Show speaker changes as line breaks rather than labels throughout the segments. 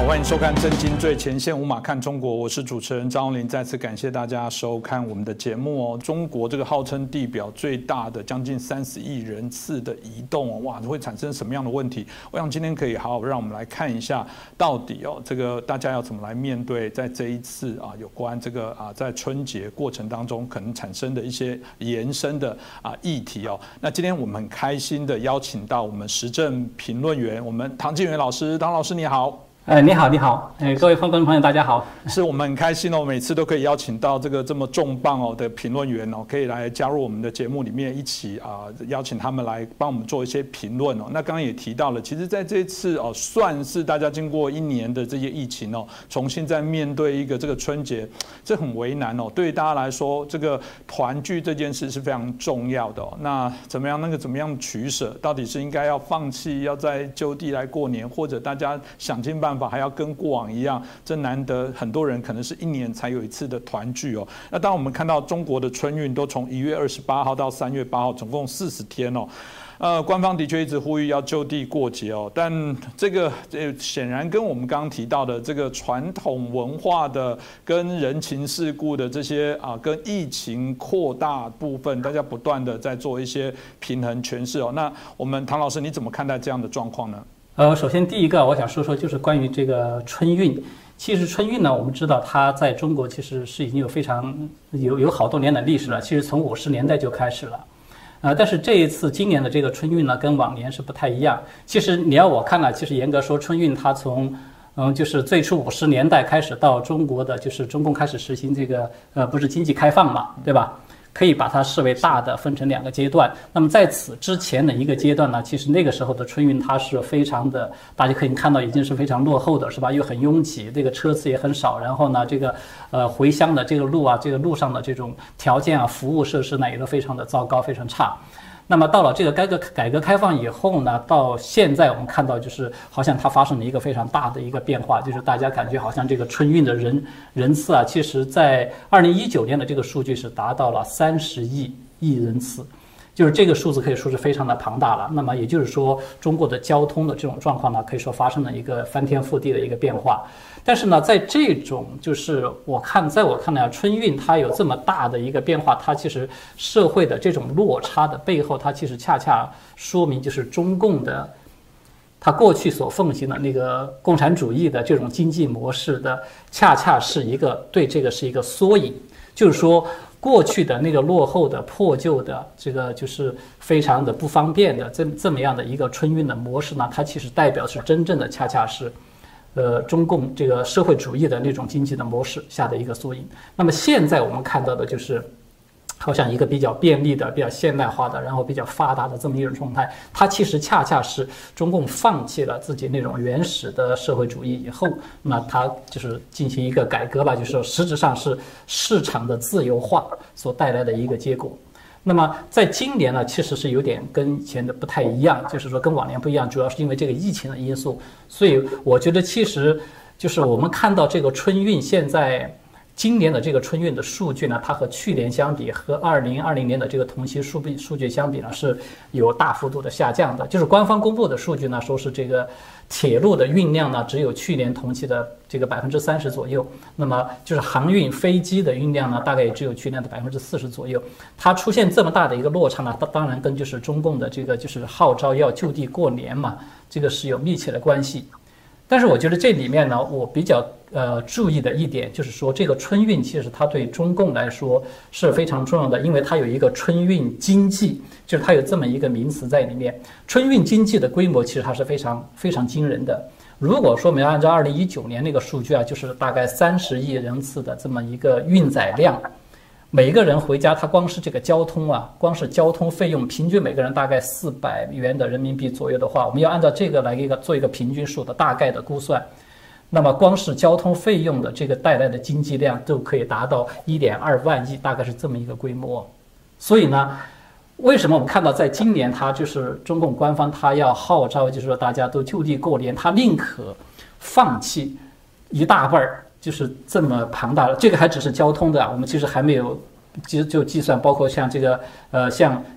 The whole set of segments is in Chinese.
欢迎收看《震惊最前线》，无马看中国，我是主持人张宏林。再次感谢大家收看我们的节目哦。中国这个号称地表最大的将近30亿人次的移动哦，哇，会产生什么样的问题？我想今天可以好好让我们来看一下，到底哦，这个大家要怎么来面对在这一次啊有关这个在春节过程当中可能产生的一些延伸的议题哦。那今天我们很开心的邀请到我们时政评论员，我们唐晋元老师，唐老师你好。
你好，你好，各位观众朋友，大家好。
是我们很开心哦，每次都可以邀请到这个这么重磅哦的评论员哦，可以来加入我们的节目里面一起邀请他们来帮我们做一些评论哦。那刚刚也提到了，其实在这次哦，算是大家经过1年的这些疫情哦，重新再面对一个这个春节，这很为难哦。对于大家来说，这个团聚这件事是非常重要的哦。那怎么样取舍？到底是应该要放弃，要在就地来过年，或者大家想尽办法还要跟过往一样，这难得很多人可能是1年才有一次的团聚哦。那当我们看到中国的春运都从1月28号到3月8号，总共40天哦。官方的确一直呼吁要就地过节哦，但这个显然跟我们刚刚提到的这个传统文化的跟人情世故的这些跟疫情扩大部分，大家不断的在做一些平衡诠释哦。那我们唐老师你怎么看待这样的状况呢？
首先第一个我想说就是关于这个春运。其实春运呢，我们知道它在中国其实是已经有好多年的历史了，其实从50年代就开始了。但是今年的这个春运呢，跟往年是不太一样。其实你要我看呢，其实严格说春运它从就是最初50年代开始到中国的就是中共开始实行这个不是经济开放嘛，对吧？可以把它视为大的分成2个阶段。那么在此之前的一个阶段呢，其实那个时候的春运它是非常的，大家可以看到已经是非常落后的，是吧？又很拥挤，这个车次也很少，然后呢，这个回乡的这个路这个路上的这种条件服务设施呢也都非常的糟糕，非常差。那么到了这个改革开放以后呢，到现在我们看到就是好像它发生了一个非常大的一个变化，就是大家感觉好像这个春运的人次其实在2019年的这个数据是达到了30亿人次，就是这个数字可以说是非常的庞大了。那么也就是说，中国的交通的这种状况呢，可以说发生了一个翻天覆地的一个变化。但是呢，在这种就是在我看来春运它有这么大的一个变化，它其实社会的这种落差的背后，它其实恰恰说明就是中共的它过去所奉行的那个共产主义的这种经济模式的，恰恰是对这个是一个缩影，就是说过去的那个落后的破旧的这个就是非常的不方便的这么样的一个春运的模式呢，它其实代表是真正的恰恰是中共这个社会主义的那种经济的模式下的一个缩影。那么现在我们看到的就是好像一个比较便利的、比较现代化的，然后比较发达的这么一种状态，它其实恰恰是中共放弃了自己那种原始的社会主义以后，那它就是进行一个改革吧，就是说实质上是市场的自由化所带来的一个结果。那么在今年呢，其实是有点跟以前的不太一样，就是说跟往年不一样，主要是因为这个疫情的因素。所以我觉得其实就是我们看到这个春运现在今年的这个春运的数据呢，它和去年相比，和2020年的这个同期数据相比呢，是有大幅度的下降的。就是官方公布的数据呢，说是这个铁路的运量呢，只有去年同期的这个30%左右。那么就是航运飞机的运量呢，大概也只有去年的40%左右。它出现这么大的一个落差呢，当然跟就是中共的这个就是号召要就地过年嘛，这个是有密切的关系。但是我觉得这里面呢，我比较注意的一点就是说，这个春运其实它对中共来说是非常重要的，因为它有一个春运经济，就是它有这么一个名词在里面。春运经济的规模其实它是非常非常惊人的。如果说我们要按照2019年那个数据就是大概30亿人次的这么一个运载量，每个人回家，他光是这个交通光是交通费用，平均每个人大概400元的人民币左右的话，我们要按照这个来做一个平均数的大概的估算，那么光是交通费用的这个带来的经济量都可以达到1.2万亿，大概是这么一个规模。所以呢，为什么我们看到在今年它就是中共官方它要号召就是说大家都就地过年，它宁可放弃一大半就是这么庞大的，这个还只是交通的我们其实还没有就计算包括像这个像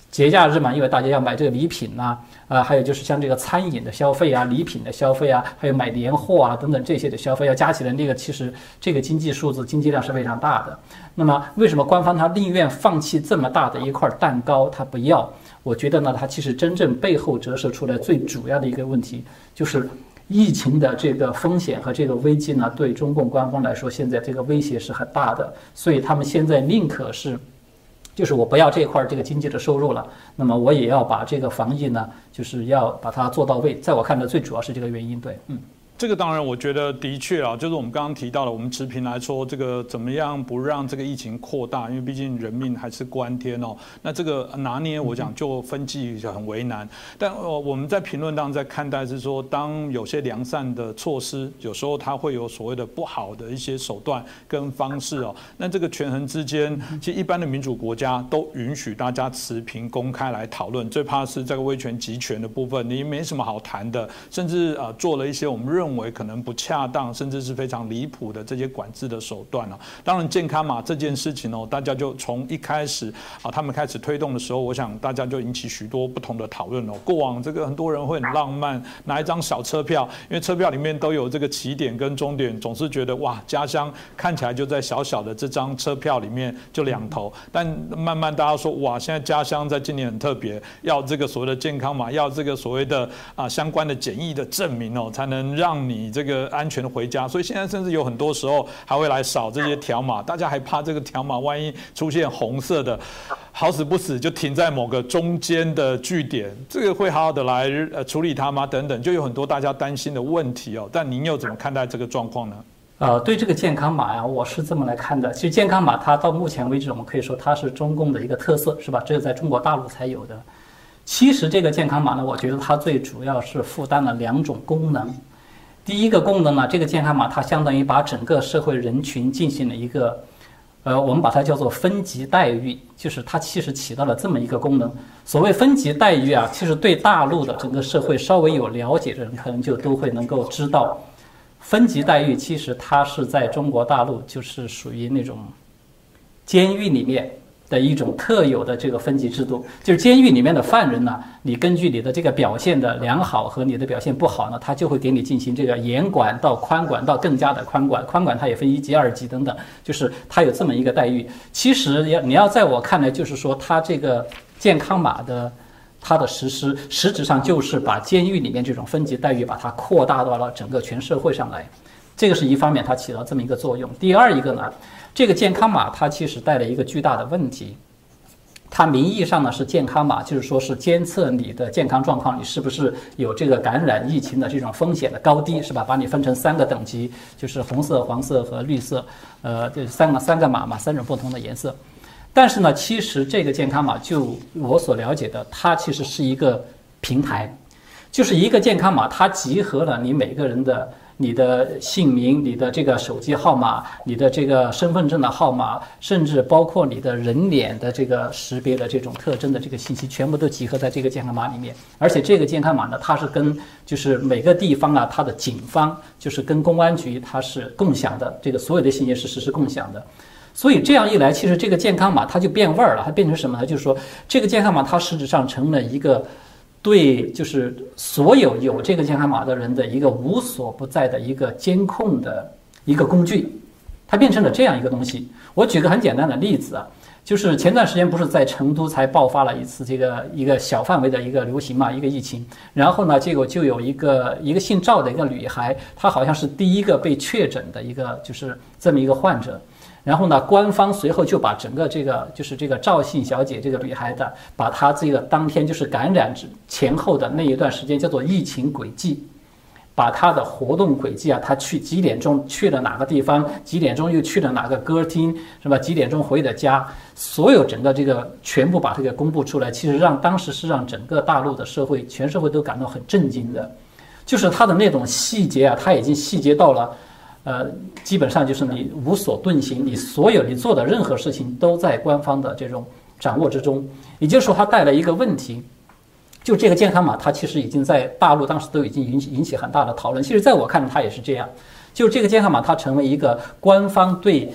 节假日嘛，因为大家要买这个礼品呐，还有就是像这个餐饮的消费啊、礼品的消费啊，还有买年货啊等等这些的消费，要加起来，其实这个经济数字、经济量是非常大的。那么为什么官方他宁愿放弃这么大的一块蛋糕，他不要？我觉得呢，他其实真正背后折射出来最主要的一个问题，就是疫情的这个风险和这个危机呢，对中共官方来说，现在这个威胁是很大的，所以他们现在宁可是。就是我不要这块这个经济的收入了，那么我也要把这个防疫呢，就是要把它做到位。在我看来，最主要是这个原因。对，
这个当然，我觉得的确啊，就是我们刚刚提到了，我们持平来说，这个怎么样不让这个疫情扩大？因为毕竟人命还是关天哦。那这个拿捏，我讲就分际很为难。但我们在评论当中在看待是说，当有些良善的措施，有时候它会有所谓的不好的一些手段跟方式哦。那这个权衡之间，其实一般的民主国家都允许大家持平公开来讨论。最怕是这个威权集权的部分，你没什么好谈的，甚至做了一些我们认为可能不恰当，甚至是非常离谱的这些管制的手段啊。当然，健康码这件事情哦，大家就从一开始他们开始推动的时候，我想大家就引起许多不同的讨论哦。过往这个很多人会很浪漫，拿一张小车票，因为车票里面都有这个起点跟终点，总是觉得哇，家乡看起来就在小小的这张车票里面就两头。但慢慢大家说哇，现在家乡在今年很特别，要这个所谓的健康码，要这个所谓的相关的检疫的证明哦，才能让你这个安全的回家，所以现在甚至有很多时候还会来扫这些条码，大家还怕这个条码万一出现红色的，好死不死就停在某个中间的据点，这个会好好的来处理它吗？等等，就有很多大家担心的问题哦。但您又怎么看待这个状况呢？
对这个健康码呀，我是这么来看的。其实健康码它到目前为止，我们可以说它是中共的一个特色，是吧？这是在中国大陆才有的。其实这个健康码呢，我觉得它最主要是负担了2种功能。第一个功能呢，这个健康码它相当于把整个社会人群进行了一个，我们把它叫做分级待遇，就是它其实起到了这么一个功能。所谓分级待遇啊，其实对大陆的整个社会稍微有了解的人，可能就都会能够知道，分级待遇其实它是在中国大陆就是属于那种监狱里面的一种特有的这个分级制度，就是监狱里面的犯人呢，你根据你的这个表现的良好和你的表现不好呢，他就会给你进行这个严管到宽管到更加的宽管，宽管它也分1级、2级等等，就是它有这么一个待遇。其实你要在我看来，就是说它这个健康码的它的实施，实质上就是把监狱里面这种分级待遇把它扩大到了整个全社会上来，这个是一方面，它起到这么一个作用。第二一个呢，这个健康码它其实带来一个巨大的问题，它名义上呢是健康码，就是说是监测你的健康状况，你是不是有这个感染疫情的这种风险的高低，是吧？把你分成3个等级，就是红色、黄色和绿色，这三个码嘛，3种不同的颜色。但是呢，其实这个健康码就我所了解的，它其实是一个平台，就是一个健康码，它集合了你每个人的你的姓名、你的这个手机号码、你的这个身份证的号码，甚至包括你的人脸的这个识别的这种特征的这个信息，全部都集合在这个健康码里面。而且这个健康码呢，它是跟就是每个地方啊，它的警方就是跟公安局它是共享的，这个所有的信息是实时共享的。所以这样一来，其实这个健康码它就变味儿了，它变成什么呢？就是说这个健康码它实质上成了一个对，就是所有这个健康码的人的一个无所不在的一个监控的一个工具，它变成了这样一个东西。我举个很简单的例子啊，就是前段时间不是在成都才爆发了一次一个小范围的一个流行嘛，一个疫情。然后呢，结果就有一个姓赵的一个女孩，她好像是第一个被确诊的一个就是这么一个患者。然后呢，官方随后就把整个这个赵姓小姐这个女孩的，把她这个当天就是感染前后的那一段时间叫做疫情轨迹，把她的活动轨迹啊，她去几点钟去了哪个地方，几点钟又去了哪个歌厅，是吧？几点钟回的家，所有整个这个全部把这个公布出来，其实当时是让整个大陆的社会，全社会都感到很震惊的，就是她的那种细节啊，她已经细节到了。基本上就是你无所遁形，你做的任何事情都在官方的这种掌握之中。也就是说，它带来一个问题，就这个健康码，它其实已经在大陆当时都已经引起很大的讨论。其实在我看来，它也是这样，就这个健康码，它成为一个官方对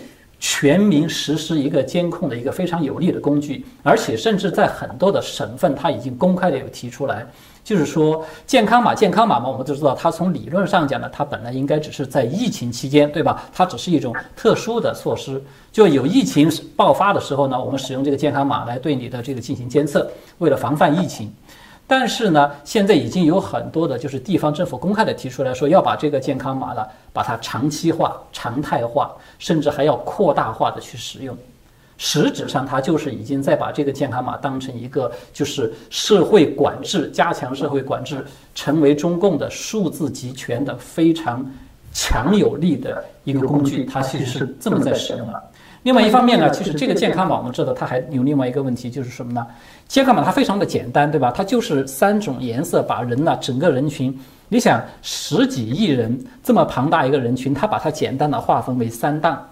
全民实施一个监控的一个非常有力的工具，而且甚至在很多的省份，它已经公开的有提出来，就是说健康码嘛，我们都知道，它从理论上讲呢，它本来应该只是在疫情期间，对吧？它只是一种特殊的措施，就有疫情爆发的时候呢，我们使用这个健康码来对你的这个进行监测，为了防范疫情。但是呢，现在已经有很多的就是地方政府公开的提出来说，要把这个健康码呢，把它长期化、常态化，甚至还要扩大化的去使用。实质上，它就是已经在把这个健康码当成一个就是社会管制、加强社会管制，成为中共的数字集权的非常强有力的一个工具。它其实是这么在使用的。另外一方面呢，其实这个健康码我们知道它还有另外一个问题，就是什么呢？健康码它非常的简单，对吧？它就是3种颜色，把人呢整个人群，你想10几亿人这么庞大一个人群，它把它简单的划分为3档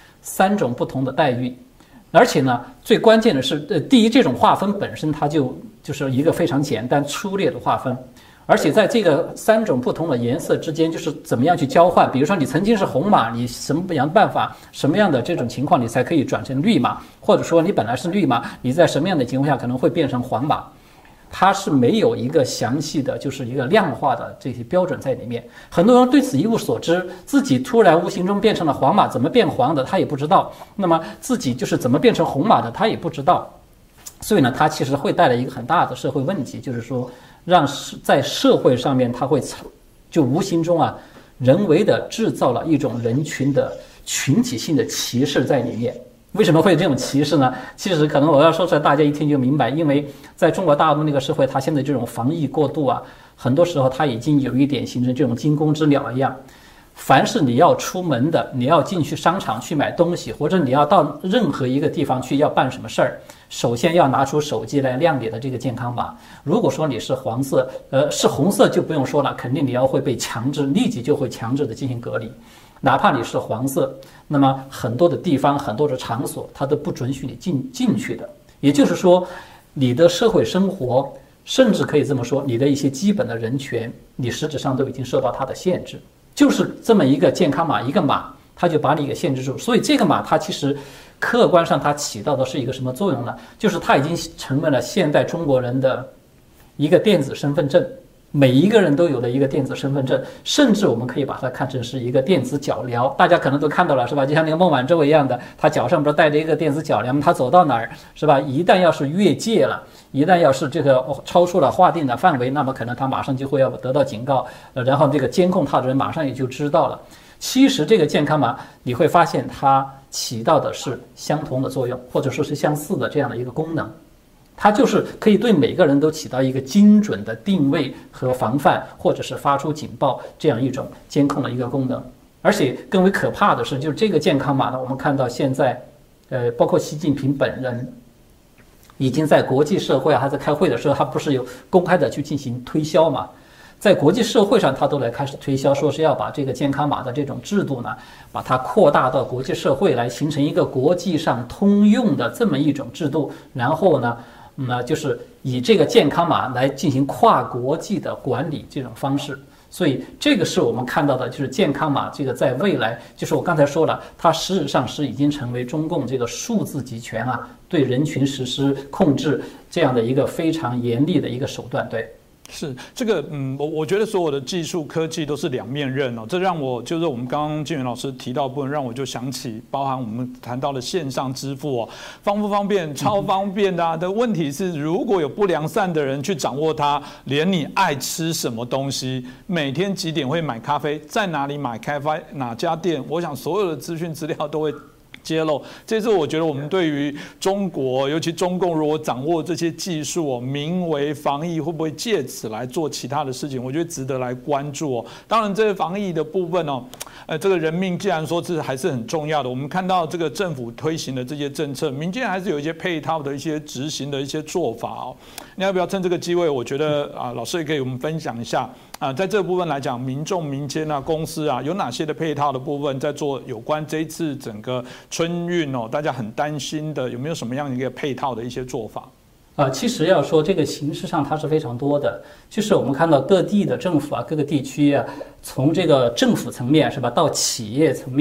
，3种不同的待遇。而且呢，最关键的是，第一，这种划分本身它就是一个非常简单粗略的划分。而且在这个3种不同的颜色之间，就是怎么样去交换？比如说你曾经是红码，你什么样的办法、什么样的这种情况，你才可以转成绿码？或者说你本来是绿码，你在什么样的情况下可能会变成黄码？它是没有一个详细的，就是一个量化的这些标准在里面。很多人对此一无所知，自己突然无形中变成了黄码，怎么变黄的他也不知道。那么自己就是怎么变成红码的他也不知道。所以呢，它其实会带来一个很大的社会问题，就是说。让在社会上面，它会就无形中啊，人为的制造了一种人群的群体性的歧视在里面。为什么会有这种歧视呢？其实可能我要说出来，大家一听就明白。因为在中国大陆那个社会，它现在这种防疫过度啊，很多时候它已经有一点形成这种惊弓之鸟一样。凡是你要出门的，你要进去商场去买东西，或者你要到任何一个地方去要办什么事儿，首先要拿出手机来亮你的这个健康码。如果说你是黄色，是红色就不用说了，肯定你要会被强制，立即就会强制的进行隔离。哪怕你是黄色，那么很多的地方、很多的场所，它都不准许你进去的。也就是说，你的社会生活，甚至可以这么说，你的一些基本的人权，你实质上都已经受到它的限制。就是这么一个健康码，一个码，它就把你给限制住。所以这个码它其实客观上它起到的是一个什么作用呢？就是它已经成为了现代中国人的一个电子身份证，每一个人都有了一个电子身份证，甚至我们可以把它看成是一个电子脚镣。大家可能都看到了，是吧？就像那个孟晚舟一样的，他脚上不是带着一个电子脚镣，他走到哪儿，是吧？一旦要是越界了，一旦要是这个超出了划定的范围，那么可能他马上就会要得到警告，然后这个监控他的人马上也就知道了。其实这个健康码你会发现它起到的是相同的作用，或者说是相似的这样的一个功能。它就是可以对每个人都起到一个精准的定位和防范，或者是发出警报这样一种监控的一个功能。而且更为可怕的是，就是这个健康码呢，我们看到现在，包括习近平本人已经在国际社会他在开会的时候，他不是有公开的去进行推销嘛？在国际社会上，他都来开始推销，说是要把这个健康码的这种制度呢，把它扩大到国际社会来，形成一个国际上通用的这么一种制度。然后呢，就是以这个健康码来进行跨国际的管理这种方式。所以这个是我们看到的，就是健康码这个在未来，就是我刚才说了，它实质上是已经成为中共这个数字集权啊，对人群实施控制这样的一个非常严厉的一个手段。对。
是这个，我觉得所有的技术科技都是两面刃哦。这让我就是我们刚刚建元老师提到的部分，让我就想起，包含我们谈到的线上支付哦，方不方便？超方便的啊！的问题是，如果有不良善的人去掌握它，连你爱吃什么东西，每天几点会买咖啡，在哪里买咖啡，哪家店，我想所有的资讯资料都会揭露。这次我觉得我们对于中国，尤其中共如果掌握这些技术哦，名为防疫，会不会借此来做其他的事情？我觉得值得来关注哦。当然，这个防疫的部分哦，这个人命既然说这还是很重要的，我们看到这个政府推行的这些政策，民间还是有一些配套的一些执行的一些做法哦。你要不要趁这个机会？我觉得老师也可以我们分享一下。在这个部分来讲，民众、民间啊、公司啊，有哪些的配套的部分在做有关这一次整个春运哦，大家很担心的，有没有什么样一个配套的一些做法？
其实要说这个形式上它是非常多的，就是我们看到各地的政府啊、各个地区啊，从这个政府层面是吧，到企业层面，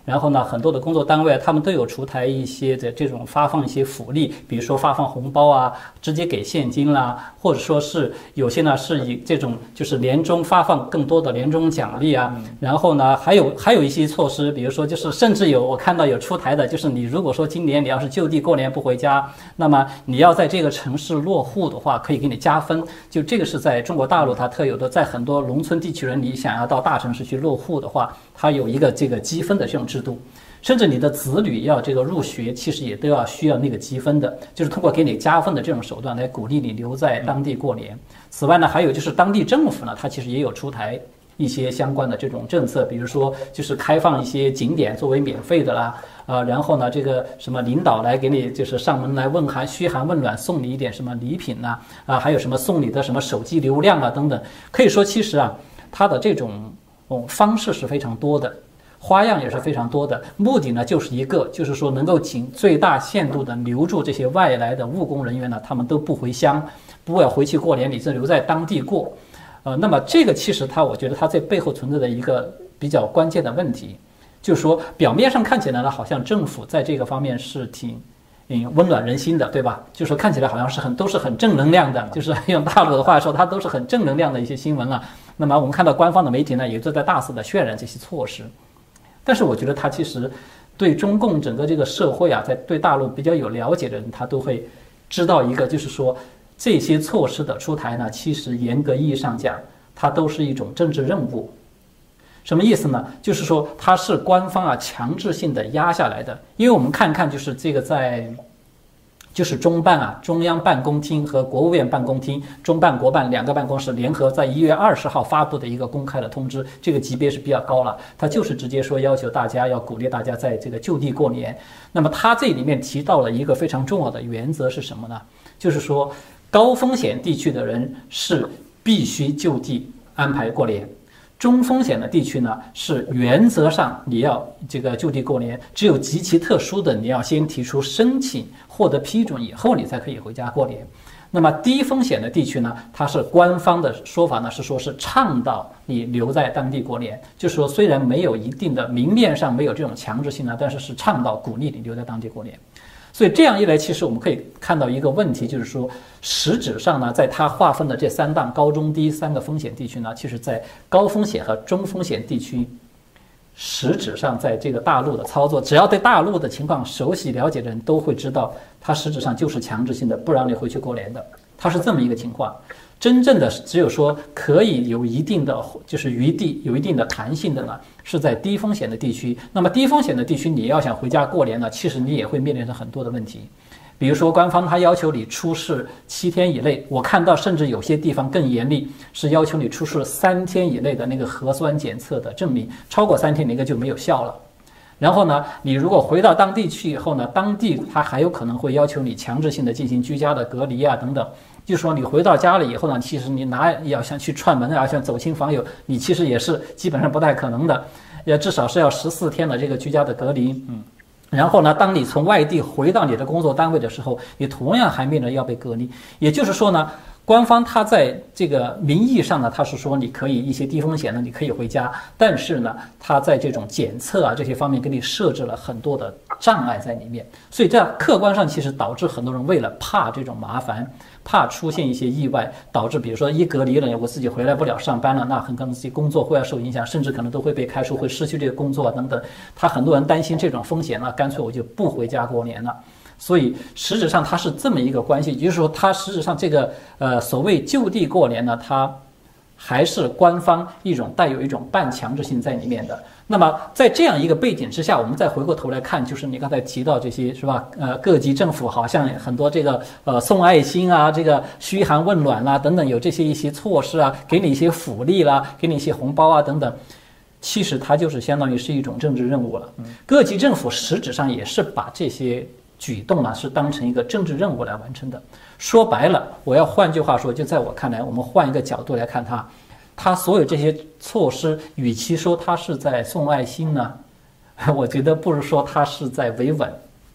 然后呢，很多的工作单位他们都有出台一些的这种发放一些福利，比如说发放红包啊，直接给现金啦，或者说是有些呢是以这种就是年终发放更多的年终奖励啊，然后呢还有一些措施，比如说就是甚至我看到有出台的，就是你如果说今年你要是就地过年不回家，那么你要在这个城市落户的话，可以给你加分。就这个是在中国大陆它特有的，在很多农村地区人，你想要到大城市去落户的话，它有一个这个积分的这种制度。甚至你的子女要这个入学，其实也都要需要那个积分的，就是通过给你加分的这种手段来鼓励你留在当地过年。此外呢，还有就是当地政府呢，它其实也有出台一些相关的这种政策，比如说就是开放一些景点作为免费的啦，然后呢，这个什么领导来给你就是上门来问寒嘘寒问暖，送你一点什么礼品呐，还有什么送你的什么手机流量啊等等。可以说，其实它的这种方式是非常多的。花样也是非常多的，目的呢就是说能够尽最大限度的留住这些外来的务工人员呢，他们都不回乡，不要回去过年，你是留在当地过。那么这个其实我觉得它在背后存在的一个比较关键的问题，就是说表面上看起来呢，好像政府在这个方面是挺温暖人心的，对吧？就是说看起来好像都是很正能量的，就是用大陆的话说，它都是很正能量的一些新闻了。那么我们看到官方的媒体呢，也都在大肆的渲染这些措施。但是我觉得他其实对中共整个这个社会在对大陆比较有了解的人，他都会知道一个，就是说这些措施的出台呢，其实严格意义上讲，它都是一种政治任务。什么意思呢？就是说它是官方强制性的压下来的。因为我们看就是这个就是中办中央办公厅和国务院办公厅，中办国办两个办公室联合在1月20号发布的一个公开的通知，这个级别是比较高了，它就是直接说要求大家要鼓励大家在这个就地过年。那么它这里面提到了一个非常重要的原则是什么呢？就是说高风险地区的人是必须就地安排过年。中风险的地区呢，是原则上你要这个就地过年，只有极其特殊的，你要先提出申请，获得批准以后，你才可以回家过年。那么低风险的地区呢，它是官方的说法呢，是说是倡导你留在当地过年，就是说虽然没有一定的明面上没有这种强制性呢，但是倡导鼓励你留在当地过年。所以这样一来，其实我们可以看到一个问题，就是说实质上呢，在它划分的这3档高中低3个风险地区呢，其实在高风险和中风险地区，实质上在这个大陆的操作，只要对大陆的情况熟悉了解的人都会知道，它实质上就是强制性的，不让你回去过年的，它是这么一个情况。真正的只有说可以有一定的就是余地，有一定的弹性的呢，是在低风险的地区。那么低风险的地区，你要想回家过年呢，其实你也会面临着很多的问题。比如说官方他要求你出示7天以内，我看到甚至有些地方更严厉，是要求你出示3天以内的那个核酸检测的证明，超过3天那个就没有效了。然后呢，你如果回到当地去以后呢，当地他还有可能会要求你强制性的进行居家的隔离等等。就是说你回到家了以后呢，其实你要想去串门想走亲访友，你其实也是基本上不太可能的，也至少是要14天的这个居家的隔离。然后呢，当你从外地回到你的工作单位的时候，你同样还面临要被隔离。也就是说呢，官方他在这个名义上呢，他是说你可以一些低风险的你可以回家，但是呢，他在这种检测这些方面给你设置了很多的障碍在里面。所以这客观上其实导致很多人为了怕这种麻烦，怕出现一些意外，导致比如说一隔离了，我自己回来不了上班了，那很可能自己工作会要受影响，甚至可能都会被开除，会失去这个工作等等。他很多人担心这种风险呢，干脆我就不回家过年了。所以实质上它是这么一个关系，也就是说它实质上这个所谓就地过年呢，它还是官方带有一种半强制性在里面的。那么在这样一个背景之下，我们再回过头来看，就是你刚才提到这些是吧？各级政府好像很多这个送爱心这个嘘寒问暖等等，有这些一些措施给你一些福利给你一些红包等等。其实它就是相当于是一种政治任务了。各级政府实质上也是把这些举动是当成一个政治任务来完成的。说白了，我要换句话说，就在我看来，我们换一个角度来看它所有这些措施，与其说它是在送爱心呢，我觉得不如说它是在维稳。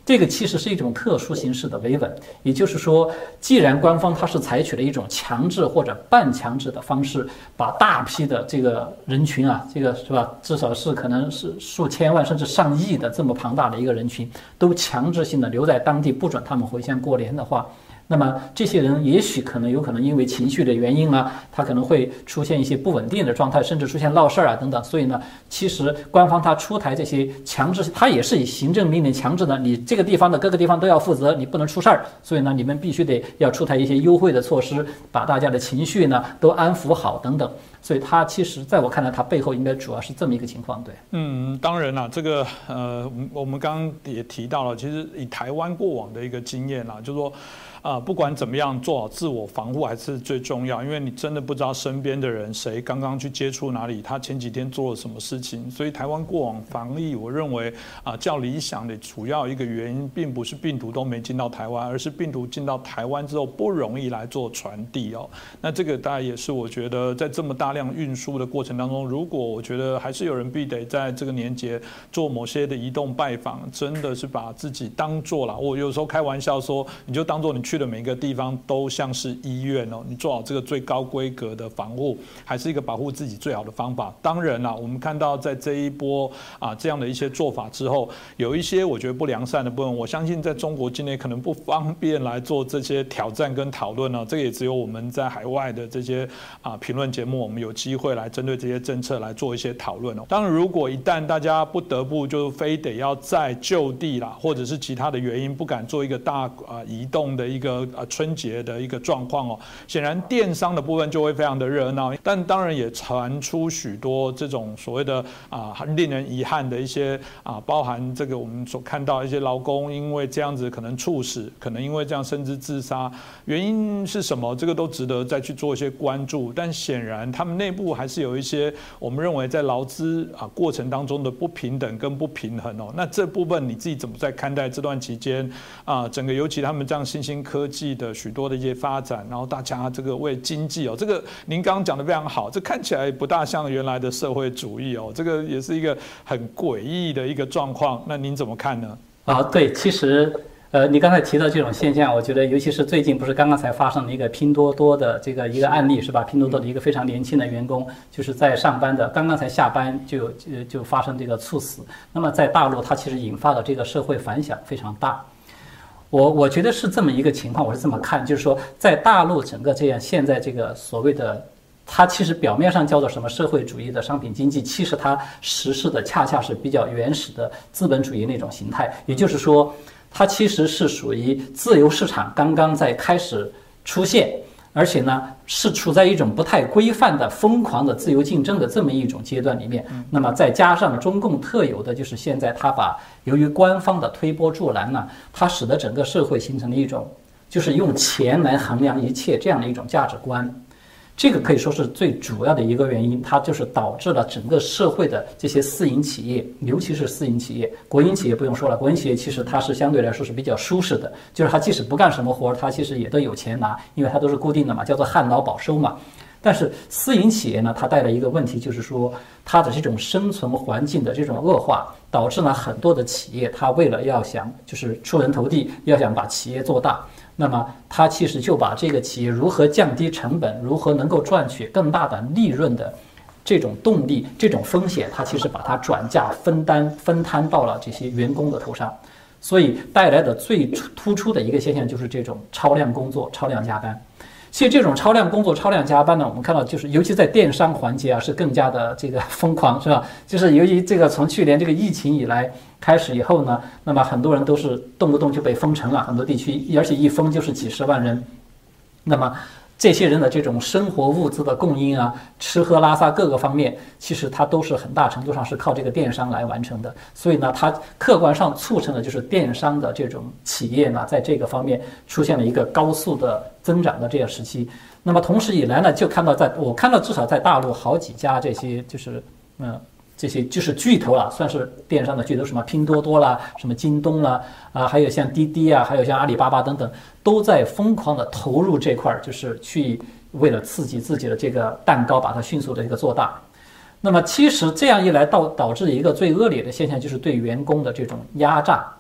这个其实是一种特殊形式的维稳，也就是说，既然官方它是采取了一种强制或者半强制的方式，把大批的这个人群啊，这个是吧，至少是可能是数千万甚至上亿的这么庞大的一个人群，都强制性的留在当地，不准他们回乡过年的话。那么这些人也许有可能因为情绪的原因啊，他可能会出现一些不稳定的状态，甚至出现闹事儿啊等等。所以呢，其实官方他出台这些强制，他也是以行政命令强制的，你这个地方的各个地方都要负责，你不能出事儿。所以呢，你们必须要出台一些优惠的措施，把大家的情绪呢都安抚好等等。所以它其实在我看来，它背后应该主要是这么一个情况。对，
当然啦，这个我们刚刚也提到了，其实以台湾过往的一个经验啦，就是说。不管怎么样，做好自我防护还是最重要，因为你真的不知道身边的人谁刚刚去接触哪里，他前几天做了什么事情。所以台湾过往防疫，我认为较理想的主要一个原因，并不是病毒都没进到台湾，而是病毒进到台湾之后不容易来做传递哦。那这个大概也是我觉得在这么大量运输的过程当中，如果我觉得还是有人必得在这个年节做某些的移动拜访，真的是把自己当作啦，我有时候开玩笑说，你就当作你去的每个地方都像是医院哦，你做好这个最高规格的防护，还是一个保护自己最好的方法。当然啦，我们看到在这一波这样的一些做法之后，有一些我觉得不良善的部分，我相信在中国境内可能不方便来做这些挑战跟讨论呢。这个也只有我们在海外的这些评论节目，我们有机会来针对这些政策来做一些讨论哦。当然，如果一旦大家不得不就非得要在就地啦，或者是其他的原因不敢做一个大移动的一个春节的一个状况哦，显然电商的部分就会非常的热闹，但当然也传出许多这种所谓的令人遗憾的一些包含这个我们所看到一些劳工因为这样子可能猝死，可能因为这样甚至自杀，原因是什么？这个都值得再去做一些关注。但显然他们内部还是有一些我们认为在劳资过程当中的不平等跟不平衡哦。那这部分你自己怎么在看待这段期间整个尤其他们这样新兴科技的许多的一些发展，然后大家这个为经济哦，这个您刚刚讲的非常好，这看起来不大像原来的社会主义哦，这个也是一个很诡异的一个状况。那您怎么看呢？
对，其实你刚才提到这种现象，我觉得尤其是最近不是刚刚才发生了一个拼多多的这个一个案例是吧？拼多多的一个非常年轻的员工，就是在上班的刚刚才下班就发生这个猝死。那么在大陆，它其实引发的这个社会反响非常大。我觉得是这么一个情况，我是这么看，就是说在大陆整个这样现在这个所谓的，它其实表面上叫做什么社会主义的商品经济，其实它实施的恰恰是比较原始的资本主义那种形态，也就是说它其实是属于自由市场刚刚在开始出现，而且呢是处在一种不太规范的疯狂的自由竞争的这么一种阶段里面。那么再加上中共特有的就是现在它把由于官方的推波助澜呢，它使得整个社会形成了一种就是用钱来衡量一切这样的一种价值观。这个可以说是最主要的一个原因，它就是导致了整个社会的这些私营企业，尤其是私营企业，国营企业不用说了，国营企业其实它是相对来说是比较舒适的，就是它即使不干什么活，它其实也都有钱拿，因为它都是固定的嘛，叫做旱涝保收嘛。但是私营企业呢，它带来一个问题，就是说它的这种生存环境的这种恶化，导致了很多的企业，它为了要想就是出人头地，要想把企业做大，那么它其实就把这个企业如何降低成本，如何能够赚取更大的利润的这种动力、这种风险，它其实把它转嫁分摊到了这些员工的头上，所以带来的最突出的一个现象就是这种超量工作、超量加班。其实这种超量工作、超量加班呢，我们看到就是尤其在电商环节是更加的这个疯狂，是吧？就是由于这个从去年这个疫情以来开始以后呢，那么很多人都是动不动就被封城了，很多地区，而且一封就是几十万人。那么这些人的这种生活物资的供应吃喝拉撒各个方面，其实它都是很大程度上是靠这个电商来完成的。所以呢，它客观上促成的就是电商的这种企业呢，在这个方面出现了一个高速的增长的这个时期。那么同时以来呢，就看到我看到至少在大陆好几家这些就是这些就是巨头了，算是电商的巨头，什么拼多多啦，什么京东啦，还有像滴滴还有像阿里巴巴等等，都在疯狂的投入这块，就是去为了刺激自己的这个蛋糕，把它迅速的这个做大。那么其实这样一来导致一个最恶劣的现象，就是对员工的这种压榨。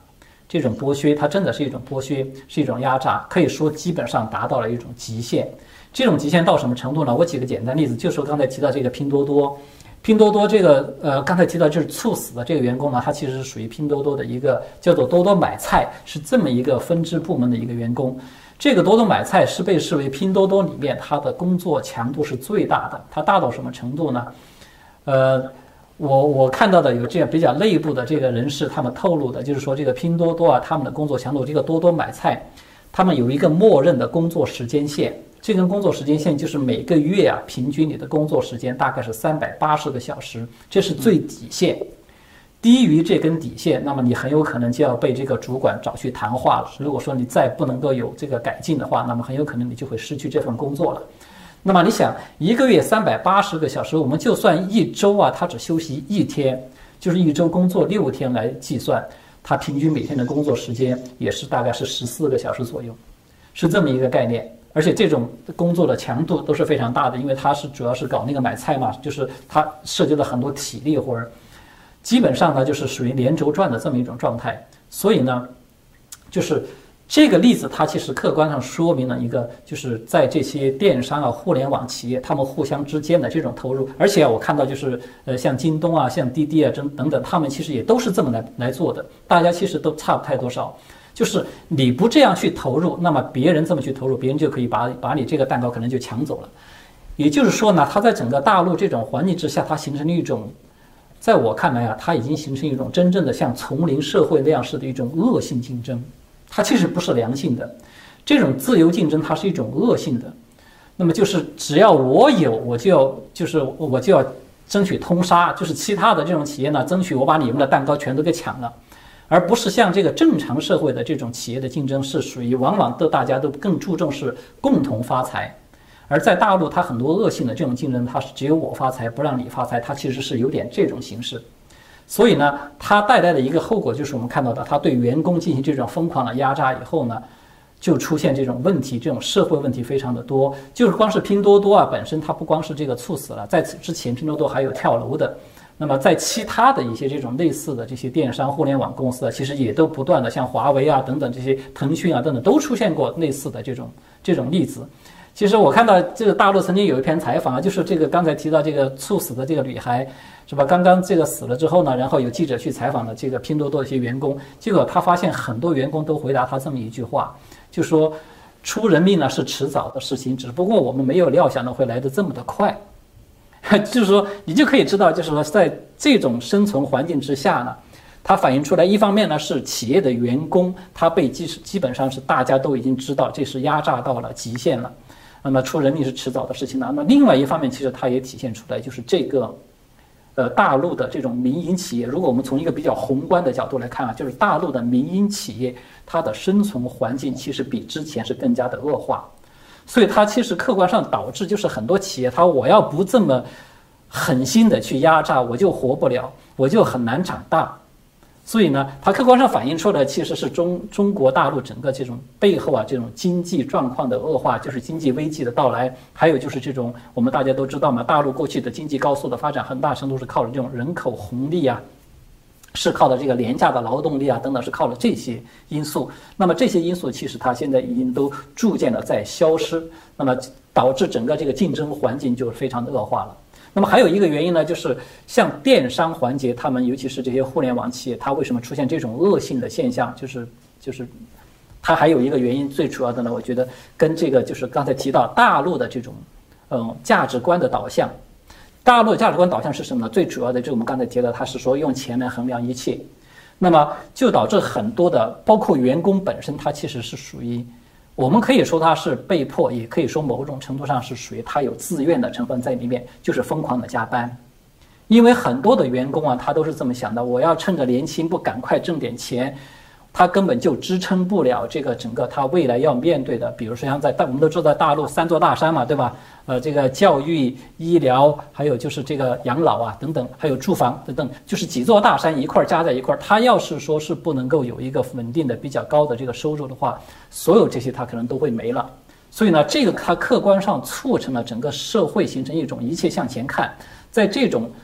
这种剥削，它真的是一种剥削，是一种压榨，可以说基本上达到了一种极限。这种极限到什么程度呢？我举个简单例子，就说刚才提到这个拼多多。拼多多这个刚才提到就是猝死的这个员工呢，他其实是属于拼多多的一个叫做多多买菜，是这么一个分支部门的一个员工。这个多多买菜是被视为拼多多里面他的工作强度是最大的。它大到什么程度呢？我看到的有这样比较内部的这个人士，他们透露的就是说，这个拼多多啊，他们的工作强度，这个多多买菜，他们有一个默认的工作时间线。这根工作时间线就是每个月啊，平均你的工作时间大概是380个小时，这是最底线。低于这根底线，那么你很有可能就要被这个主管找去谈话了。如果说你再不能够有这个改进的话，那么很有可能你就会失去这份工作了。那么你想，一个月380个小时，我们就算一周啊，他只休息1天，就是一周工作6天来计算，他平均每天的工作时间也是大概是14个小时左右，是这么一个概念。而且这种工作的强度都是非常大的，因为它是主要是搞那个买菜嘛，就是它涉及了很多体力活儿，基本上呢就是属于连轴转的这么一种状态。所以呢，就是这个例子它其实客观上说明了一个，就是在这些电商啊、互联网企业，他们互相之间的这种投入。而且我看到就是像京东啊、像滴滴啊等等，他们其实也都是这么来做的，大家其实都差不太多少。就是你不这样去投入，那么别人这么去投入，别人就可以把你这个蛋糕可能就抢走了。也就是说呢，它在整个大陆这种环境之下，它形成了一种，在我看来啊，它已经形成一种真正的像丛林社会那样式的一种恶性竞争，它其实不是良性的。这种自由竞争它是一种恶性的。那么就是只要我有，我就要争取通杀，就是其他的这种企业呢，争取我把你们的蛋糕全都给抢了。而不是像这个正常社会的这种企业的竞争是属于往往大家都更注重是共同发财，而在大陆它很多恶性的这种竞争，它是只有我发财不让你发财，它其实是有点这种形式。所以呢，它带来的一个后果就是我们看到的，它对员工进行这种疯狂的压榨以后呢，就出现这种问题，这种社会问题非常的多。就是光是拼多多啊本身它不光是这个猝死了，在此之前拼多多还有跳楼的。那么在其他的一些这种类似的这些电商互联网公司啊，其实也都不断的像华为啊等等这些腾讯啊等等都出现过类似的这种例子。其实我看到这个大陆曾经有一篇采访啊，就是这个刚才提到这个猝死的这个女孩是吧？刚刚这个死了之后呢，然后有记者去采访了这个拼多多的一些员工，结果他发现很多员工都回答他这么一句话，就说出人命呢是迟早的事情，只不过我们没有料想到会来得这么的快。就是说，你就可以知道，就是说，在这种生存环境之下呢，它反映出来，一方面呢是企业的员工，他被基本上是大家都已经知道，这是压榨到了极限了，那么出人命是迟早的事情了。那么另外一方面，其实它也体现出来，就是这个大陆的这种民营企业，如果我们从一个比较宏观的角度来看啊，就是大陆的民营企业，它的生存环境其实比之前是更加的恶化。所以它其实客观上导致，就是很多企业它我要不这么狠心的去压榨，我就活不了，我就很难长大。所以呢，它客观上反映出来其实是中国大陆整个这种背后啊这种经济状况的恶化，就是经济危机的到来，还有就是这种我们大家都知道嘛，大陆过去的经济高速的发展，很大程度是靠着这种人口红利啊。是靠的这个廉价的劳动力啊，等等，是靠了这些因素。那么这些因素其实它现在已经都逐渐的在消失，那么导致整个这个竞争环境就非常的恶化了。那么还有一个原因呢，就是像电商环节，他们尤其是这些互联网企业，它为什么出现这种恶性的现象？就是它还有一个原因，最主要的呢，我觉得跟这个就是刚才提到大陆的这种价值观的导向。大陆的价值观导向是什么呢？最主要的就是我们刚才提到，它是说用钱来衡量一切，那么就导致很多的，包括员工本身，他其实是属于，我们可以说他是被迫，也可以说某种程度上是属于他有自愿的成分在里面，就是疯狂的加班。因为很多的员工啊，他都是这么想的，我要趁着年轻不赶快挣点钱，他根本就支撑不了这个整个他未来要面对的，比如说像我们都知道大陆3座大山嘛，对吧？这个教育、医疗，还有就是这个养老啊等等，还有住房等等，就是几座大山一块加在一块，他要是说是不能够有一个稳定的、比较高的这个收入的话，所有这些他可能都会没了。所以呢，这个它客观上促成了整个社会形成一种一切向前看，在这种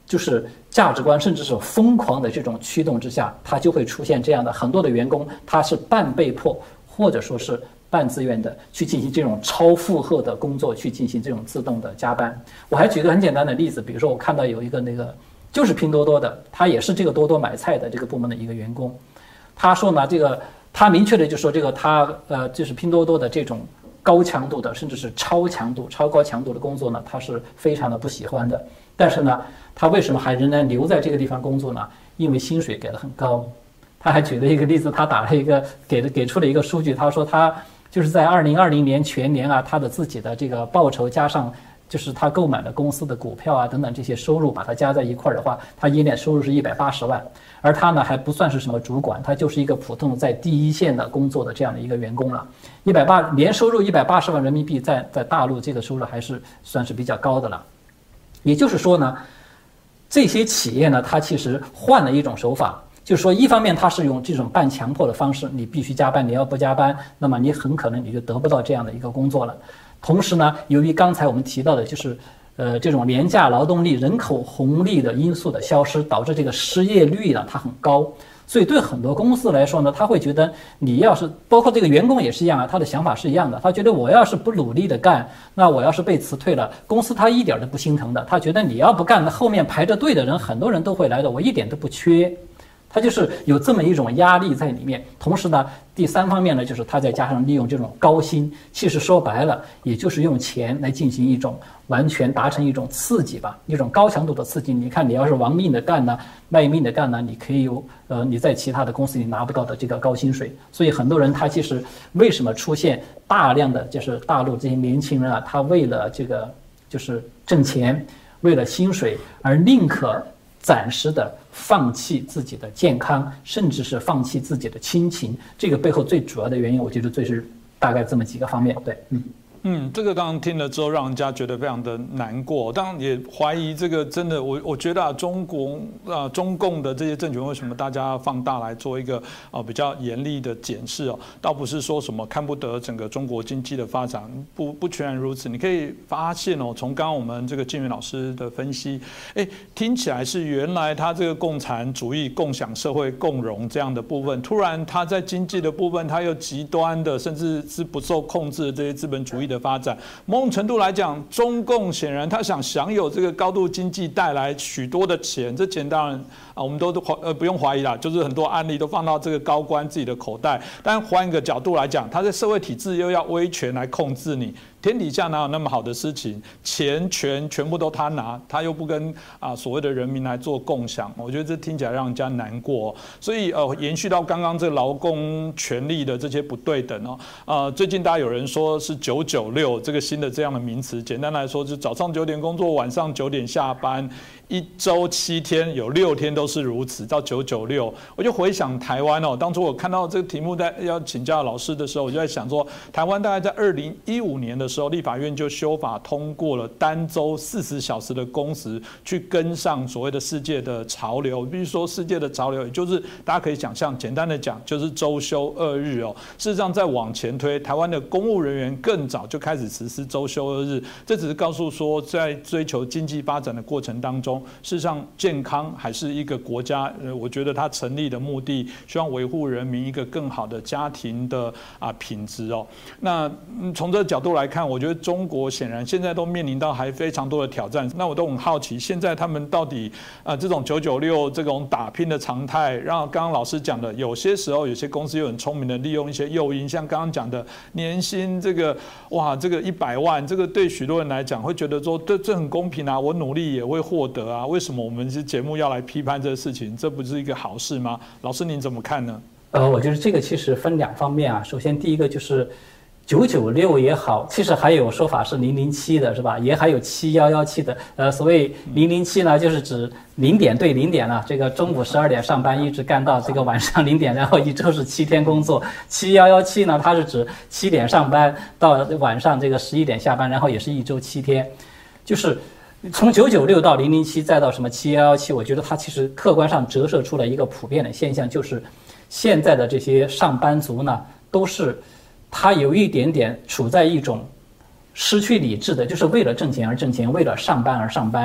就是价值观甚至是疯狂的这种驱动之下，它就会出现这样的很多的员工，他是半被迫或者说是半自愿的去进行这种超负荷的工作，去进行这种自动的加班。我还举个很简单的例子，比如说我看到有一个就是拼多多的，他也是这个多多买菜的这个部门的一个员工，他说呢，他明确的就说就是拼多多的这种高强度的甚至是超高强度的工作呢，他是非常的不喜欢的。但是呢，他为什么还仍然留在这个地方工作呢？因为薪水给得很高。他还举了一个例子，他给出了一个数据，他说他就是在2020年全年啊，他的自己的这个报酬加上就是他购买了公司的股票啊等等这些收入，把它加在一块儿的话，他一年收入是180万。而他呢还不算是什么主管，他就是一个普通在第一线的工作的这样的一个员工了。年收入180万人民币，在大陆这个收入还是算是比较高的了。也就是说呢，这些企业呢，它其实换了一种手法，就是说一方面它是用这种半强迫的方式，你必须加班，你要不加班，那么你很可能你就得不到这样的一个工作了。同时呢，由于刚才我们提到的就是这种廉价劳动力、人口红利的因素的消失，导致这个失业率呢它很高，所以对很多公司来说呢，他会觉得你要是包括这个员工也是一样啊，他的想法是一样的，他觉得我要是不努力的干，那我要是被辞退了，公司他一点都不心疼的，他觉得你要不干，那后面排着队的人很多人都会来的，我一点都不缺。他就是有这么一种压力在里面。同时呢，第三方面呢，就是他再加上利用这种高薪，其实说白了，也就是用钱来进行一种完全达成一种刺激吧，一种高强度的刺激。你看，你要是亡命的干呢，卖命的干呢，你可以有你在其他的公司里拿不到的这个高薪水。所以很多人他其实为什么出现大量的就是大陆这些年轻人啊，他为了这个就是挣钱，为了薪水而宁可暂时的放弃自己的健康，甚至是放弃自己的亲情，这个背后最主要的原因，我觉得是大概这么几个方面。对，
这个刚刚听了之后，让人家觉得非常的难过。当然也怀疑这个真的，我觉得啊，中共的这些政权为什么大家放大来做一个比较严厉的检视哦？倒不是说什么看不得整个中国经济的发展，不全然如此。你可以发现哦，从刚刚我们这个建元老师的分析，听起来是原来他这个共产主义、共享社会、共荣这样的部分，突然他在经济的部分，他又极端的，甚至是不受控制的这些资本主义的发展，某种程度来讲，中共显然他想享有这个高度经济带来许多的钱，这钱当然我们都不用怀疑啦，就是很多案例都放到这个高官自己的口袋。但换一个角度来讲，他在社会体制又要威权来控制你。天底下哪有那么好的事情？钱权全部都他拿，他又不跟所谓的人民来做共享，我觉得这听起来让人家难过。所以延续到刚刚这劳工权利的这些不对等哦，最近大家有人说是996这个新的这样的名词，简单来说就是早上9点工作，晚上9点下班。1周7天，有6天都是如此，到996。我就回想台湾哦，当初我看到这个题目在要请教老师的时候，我就在想说，台湾大概在2015年的时候，立法院就修法通过了单周40小时的工时，去跟上所谓的世界的潮流。比如说世界的潮流，也就是大家可以想象，简单的讲就是周休2日哦。事实上再往前推，台湾的公务人员更早就开始实施周休2日，这只是告诉说，在追求经济发展的过程当中。事实上，健康还是一个国家，我觉得它成立的目的，希望维护人民一个更好的家庭的品质哦。那从这个角度来看，我觉得中国显然现在都面临到还非常多的挑战。那我都很好奇，现在他们到底这种996这种打拼的常态，让刚刚老师讲的，有些时候有些公司又很聪明的利用一些诱因，像刚刚讲的年薪这个100万，这个对许多人来讲会觉得说，这很公平啊，我努力也会获得啊。为什么我们这节目要来批判这个事情？这不是一个好事吗？老师您怎么看呢？
我觉得这个其实分2方面啊。首先第一个就是996也好，其实还有说法是007的，是吧？也还有7117的。所谓007呢，就是指0点对0点啊，这个中午12点上班，一直干到这个晚上0点，然后一周是7天工作。7117呢，它是指7点上班到晚上这个11点下班，然后也是一周7天，就是从996到007再到什么7117，我觉得它其实客观上折射出了一个普遍的现象，就是现在的这些上班族呢，都是他有一点点处在一种失去理智的，就是为了挣钱而挣钱，为了上班而上班。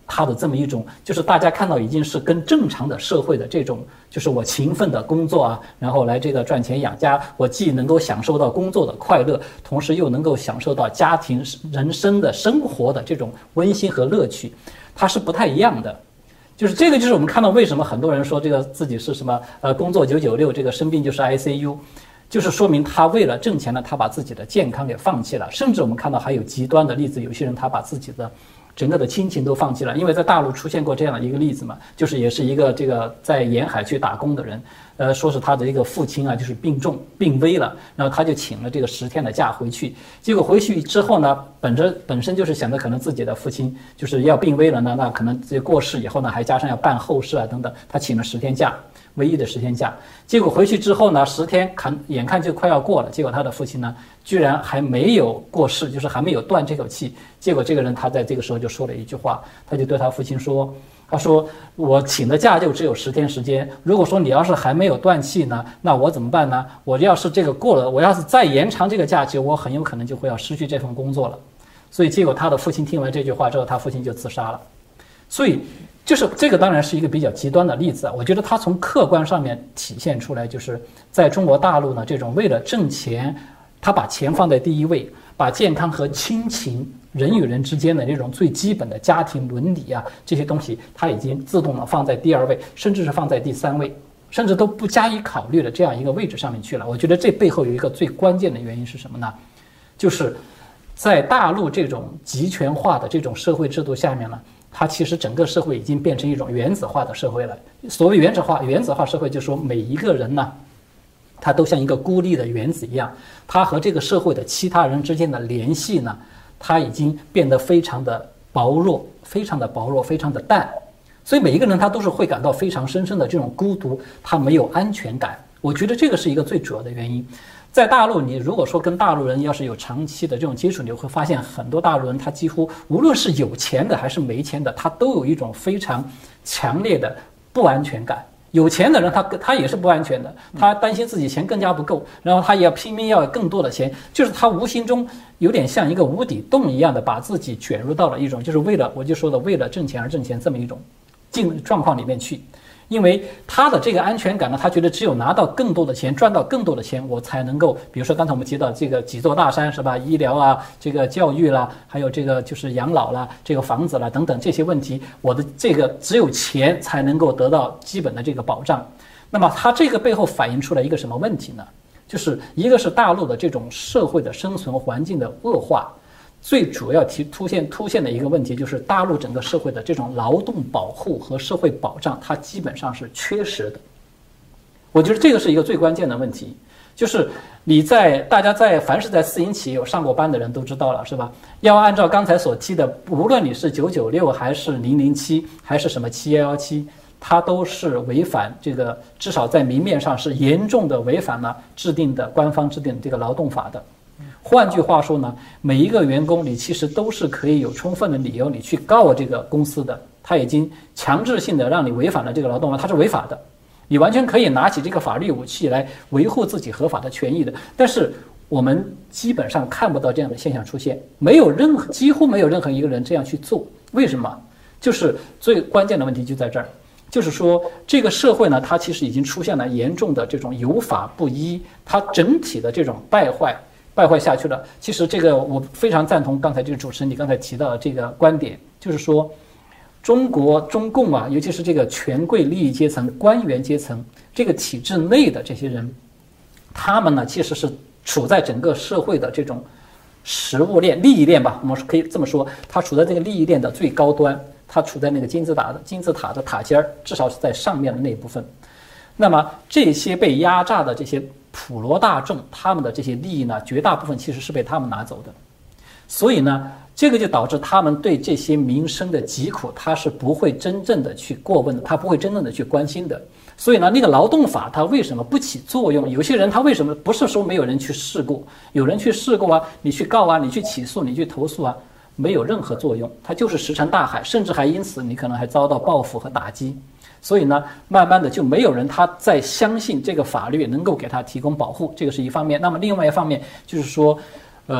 他的这么一种，就是大家看到已经是跟正常的社会的这种，就是我勤奋的工作啊，然后来这个赚钱养家，我既能够享受到工作的快乐，同时又能够享受到家庭人生的生活的这种温馨和乐趣，它是不太一样的。就是这个，就是我们看到为什么很多人说这个自己是什么工作996，这个生病就是 ICU， 就是说明他为了挣钱呢，他把自己的健康给放弃了。甚至我们看到还有极端的例子，有些人他把自己的整个的亲情都放弃了。因为在大陆出现过这样的一个例子嘛，就是也是一个这个在沿海去打工的人，说是他的一个父亲啊，就是病重病危了，然后他就请了这个10天的假回去。结果回去之后呢，本身就是想着可能自己的父亲就是要病危了呢，那可能这过世以后呢，还加上要办后事啊等等，他请了10天假，唯一的10天假。结果回去之后呢，10天眼看就快要过了，结果他的父亲呢居然还没有过世，就是还没有断这口气。结果这个人他在这个时候就说了一句话，他就对他父亲说，他说我请的假就只有10天时间，如果说你要是还没有断气呢，那我怎么办呢？我要是这个过了，我要是再延长这个假期，我很有可能就会要失去这份工作了。所以结果他的父亲听完这句话之后，他父亲就自杀了。所以就是这个当然是一个比较极端的例子，我觉得它从客观上面体现出来，就是在中国大陆呢，这种为了挣钱，他把钱放在第一位，把健康和亲情人与人之间的这种最基本的家庭伦理啊这些东西，它已经自动的放在第2位，甚至是放在第3位，甚至都不加以考虑的这样一个位置上面去了。我觉得这背后有一个最关键的原因是什么呢？就是在大陆这种集权化的这种社会制度下面呢，它其实整个社会已经变成一种原子化的社会了。所谓原子化社会，就是说每一个人呢，他都像一个孤立的原子一样，他和这个社会的其他人之间的联系呢，它已经变得非常的薄弱，非常的薄弱，非常的淡。所以每一个人他都是会感到非常深深的这种孤独，他没有安全感。我觉得这个是一个最主要的原因。在大陆，你如果说跟大陆人要是有长期的这种接触，你会发现很多大陆人他几乎无论是有钱的还是没钱的，他都有一种非常强烈的不安全感。有钱的人他也是不安全的，他担心自己钱更加不够，然后他也要拼命要更多的钱，就是他无形中有点像一个无底洞一样的把自己卷入到了一种就是为了挣钱而挣钱这么一种状况里面去。因为他的这个安全感呢，他觉得只有拿到更多的钱，赚到更多的钱，我才能够，比如说刚才我们提到这个几座大山是吧，医疗啊，这个教育啦，还有这个就是养老啦，这个房子啦等等这些问题，我的这个只有钱才能够得到基本的这个保障。那么它这个背后反映出来一个什么问题呢？就是一个是大陆的这种社会的生存环境的恶化。最主要凸现的一个问题就是大陆整个社会的这种劳动保护和社会保障，它基本上是缺失的。我觉得这个是一个最关键的问题，就是大家凡是在私营企业有上过班的人都知道了，是吧？要按照刚才所提的，无论你是996还是007还是什么7117，它都是违反这个，至少在明面上是严重的违反了官方制定的这个劳动法的。换句话说呢，每一个员工你其实都是可以有充分的理由你去告这个公司的，他已经强制性的让你违反了这个劳动法，它是违法的，你完全可以拿起这个法律武器来维护自己合法的权益的。但是我们基本上看不到这样的现象出现，几乎没有任何一个人这样去做。为什么？就是最关键的问题就在这儿，就是说这个社会呢，它其实已经出现了严重的这种有法不依，它整体的这种败坏下去了。其实这个我非常赞同刚才这个主持人你刚才提到的这个观点，就是说中共啊，尤其是这个权贵利益阶层、官员阶层这个体制内的这些人，他们呢其实是处在整个社会的这种食物链、利益链吧，我们可以这么说，他处在这个利益链的最高端，他处在那个金字塔的塔尖儿，至少是在上面的那一部分。那么这些被压榨的这些普罗大众，他们的这些利益呢，绝大部分其实是被他们拿走的。所以呢，这个就导致他们对这些民生的疾苦，他是不会真正的去过问的，他不会真正的去关心的。所以呢，那个劳动法它为什么不起作用？有些人他为什么不是说没有人去试过，有人去试过啊，你去告啊，你去起诉，你去投诉啊，没有任何作用，它就是石沉大海，甚至还因此你可能还遭到报复和打击。所以呢，慢慢的就没有人他在相信这个法律能够给他提供保护，这个是一方面。那么另外一方面就是说，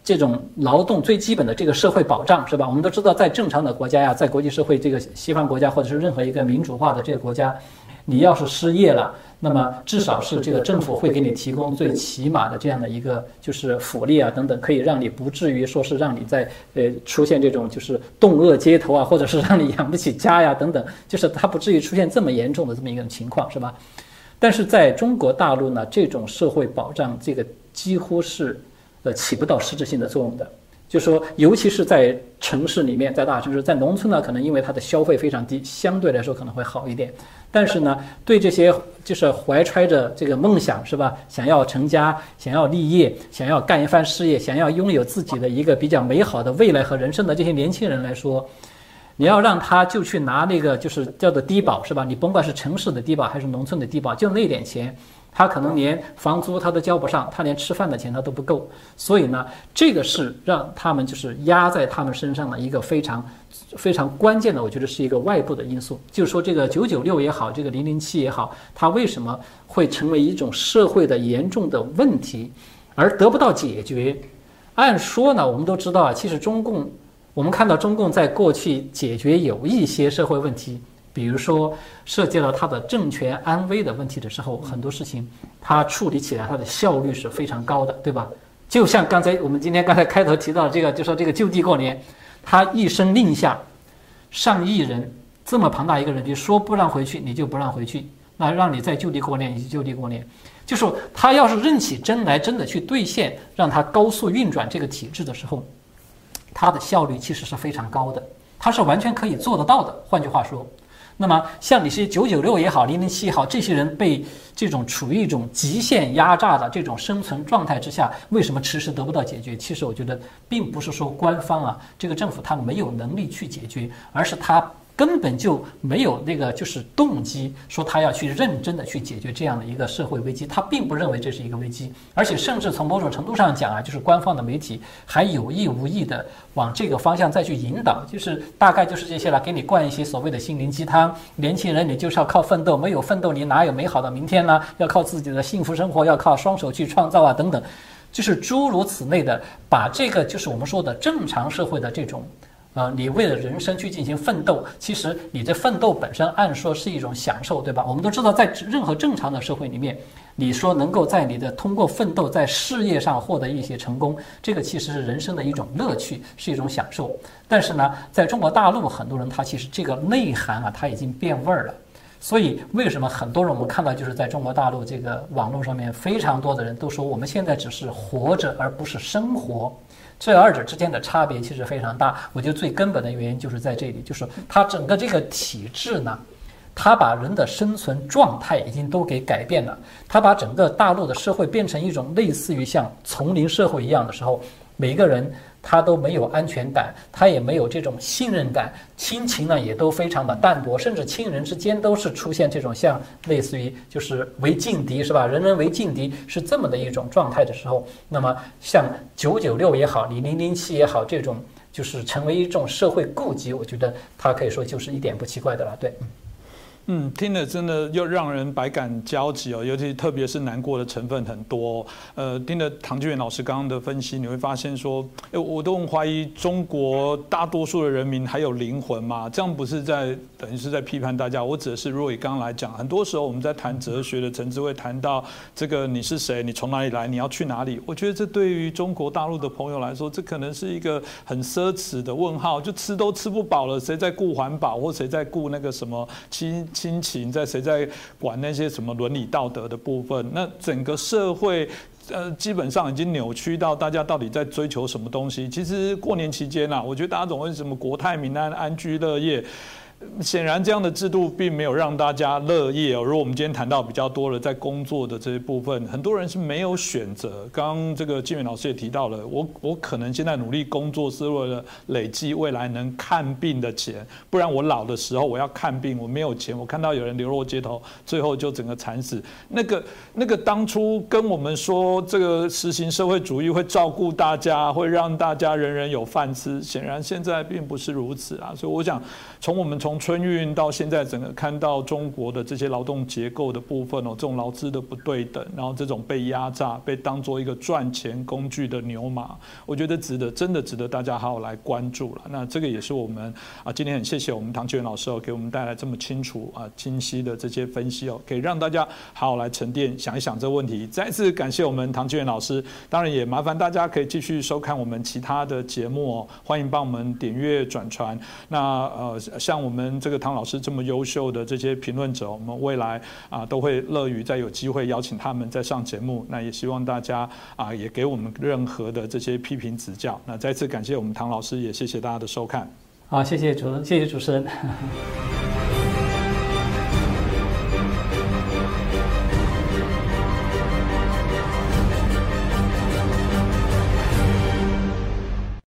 这种劳动最基本的这个社会保障，是吧？我们都知道，在正常的国家呀，在国际社会这个西方国家或者是任何一个民主化的这个国家，你要是失业了，那么至少是这个政府会给你提供最起码的这样的一个就是福利啊等等，可以让你不至于说是让你在出现这种就是冻饿街头啊，或者是让你养不起家呀等等，就是它不至于出现这么严重的这么一个情况，是吧？但是在中国大陆呢，这种社会保障这个几乎是起不到实质性的作用的。就说尤其是在城市里面，在大城市，在农村呢，可能因为它的消费非常低，相对来说可能会好一点。但是呢，对这些就是怀揣着这个梦想，是吧？想要成家，想要立业，想要干一番事业，想要拥有自己的一个比较美好的未来和人生的这些年轻人来说，你要让他就去拿那个就是叫做低保，是吧？你甭管是城市的低保还是农村的低保，就那点钱。他可能连房租他都交不上，他连吃饭的钱他都不够，所以呢，这个是让他们就是压在他们身上的一个非常非常关键的，我觉得是一个外部的因素。就是说这个996也好，这个007也好，它为什么会成为一种社会的严重的问题，而得不到解决？按说呢，我们都知道啊，其实我们看到中共在过去解决有一些社会问题。比如说涉及到他的政权安危的问题的时候，很多事情他处理起来他的效率是非常高的，对吧？就像我们今天刚才开头提到这个，就说这个就地过年，他一声令下，上亿人这么庞大一个人群，说不让回去你就不让回去，那让你在就地过年你就就地过年。就说他要是认起真来，真的去兑现，让他高速运转这个体制的时候，他的效率其实是非常高的，他是完全可以做得到的。换句话说。那么像你是996也好，007也好，这些人被这种处于一种极限压榨的这种生存状态之下，为什么迟迟得不到解决？其实我觉得并不是说官方啊，这个政府他没有能力去解决，而是他根本就没有那个就是动机，说他要去认真的去解决这样的一个社会危机，他并不认为这是一个危机，而且甚至从某种程度上讲啊，就是官方的媒体还有意无意的往这个方向再去引导，就是大概就是这些了，给你灌一些所谓的心灵鸡汤，年轻人你就是要靠奋斗，没有奋斗你哪有美好的明天呢？要靠自己的幸福生活，要靠双手去创造啊等等，就是诸如此类的，把这个就是我们说的正常社会的这种。你为了人生去进行奋斗，其实你这奋斗本身按说是一种享受，对吧？我们都知道，在任何正常的社会里面，你说能够在你的通过奋斗在事业上获得一些成功，这个其实是人生的一种乐趣，是一种享受。但是呢，在中国大陆，很多人他其实这个内涵啊，他已经变味儿了。所以为什么很多人我们看到就是在中国大陆这个网络上面，非常多的人都说我们现在只是活着而不是生活。这二者之间的差别其实非常大，我觉得最根本的原因就是在这里，就是它整个这个体制呢，它把人的生存状态已经都给改变了，它把整个大陆的社会变成一种类似于像丛林社会一样的时候，每一个人他都没有安全感，他也没有这种信任感，亲情呢也都非常的淡薄，甚至亲人之间都是出现这种像类似于就是为劲敌，是吧？人人为劲敌，是这么的一种状态的时候，那么像996也好，你007也好，这种就是成为一种社会痼疾，我觉得它可以说就是一点不奇怪的了，对。
听了真的又让人百感交集哦，尤其特别是难过的成分很多听了唐俊元老师刚刚的分析，你会发现说，我都很怀疑中国大多数的人民还有灵魂吗？这样不是在等于是在批判大家？我指的是，如果以刚刚来讲，很多时候我们在谈哲学的层次会谈到这个你是谁，你从哪里来，你要去哪里？我觉得这对于中国大陆的朋友来说，这可能是一个很奢侈的问号，就吃都吃不饱了，谁在顾环保，或谁在顾那个什么亲情，谁在管那些什么伦理道德的部分？那整个社会基本上已经扭曲到大家到底在追求什么东西？其实过年期间啊，我觉得大家总会什么国泰民安、安居乐业。显然，这样的制度并没有让大家乐业哦。如果我们今天谈到比较多的在工作的这些部分，很多人是没有选择。刚刚这个静远老师也提到了，我可能现在努力工作是为了累积未来能看病的钱，不然我老的时候我要看病，我没有钱。我看到有人流落街头，最后就整个惨死。那个当初跟我们说这个实行社会主义会照顾大家，会让大家人人有饭吃，显然现在并不是如此啊。所以我想，从从春运到现在，整个看到中国的这些劳动结构的部分哦，这种劳资的不对等，然后这种被压榨、被当作一个赚钱工具的牛马，我觉得真的值得大家好好来关注了。那这个也是我们今天很谢谢我们唐启源老师给我们带来这么清楚清晰的这些分析可以让大家好好来沉淀想一想这个问题。再次感谢我们唐启源老师，当然也麻烦大家可以继续收看我们其他的节目欢迎帮我们点阅转传。那像我们这个唐老师这么优秀的这些评论者，我们未来都会乐于再有机会邀请他们再上节目。那也希望大家也给我们任何的这些批评指教。那再次感谢我们唐老师，也谢谢大家的收看。
好，谢谢主持人。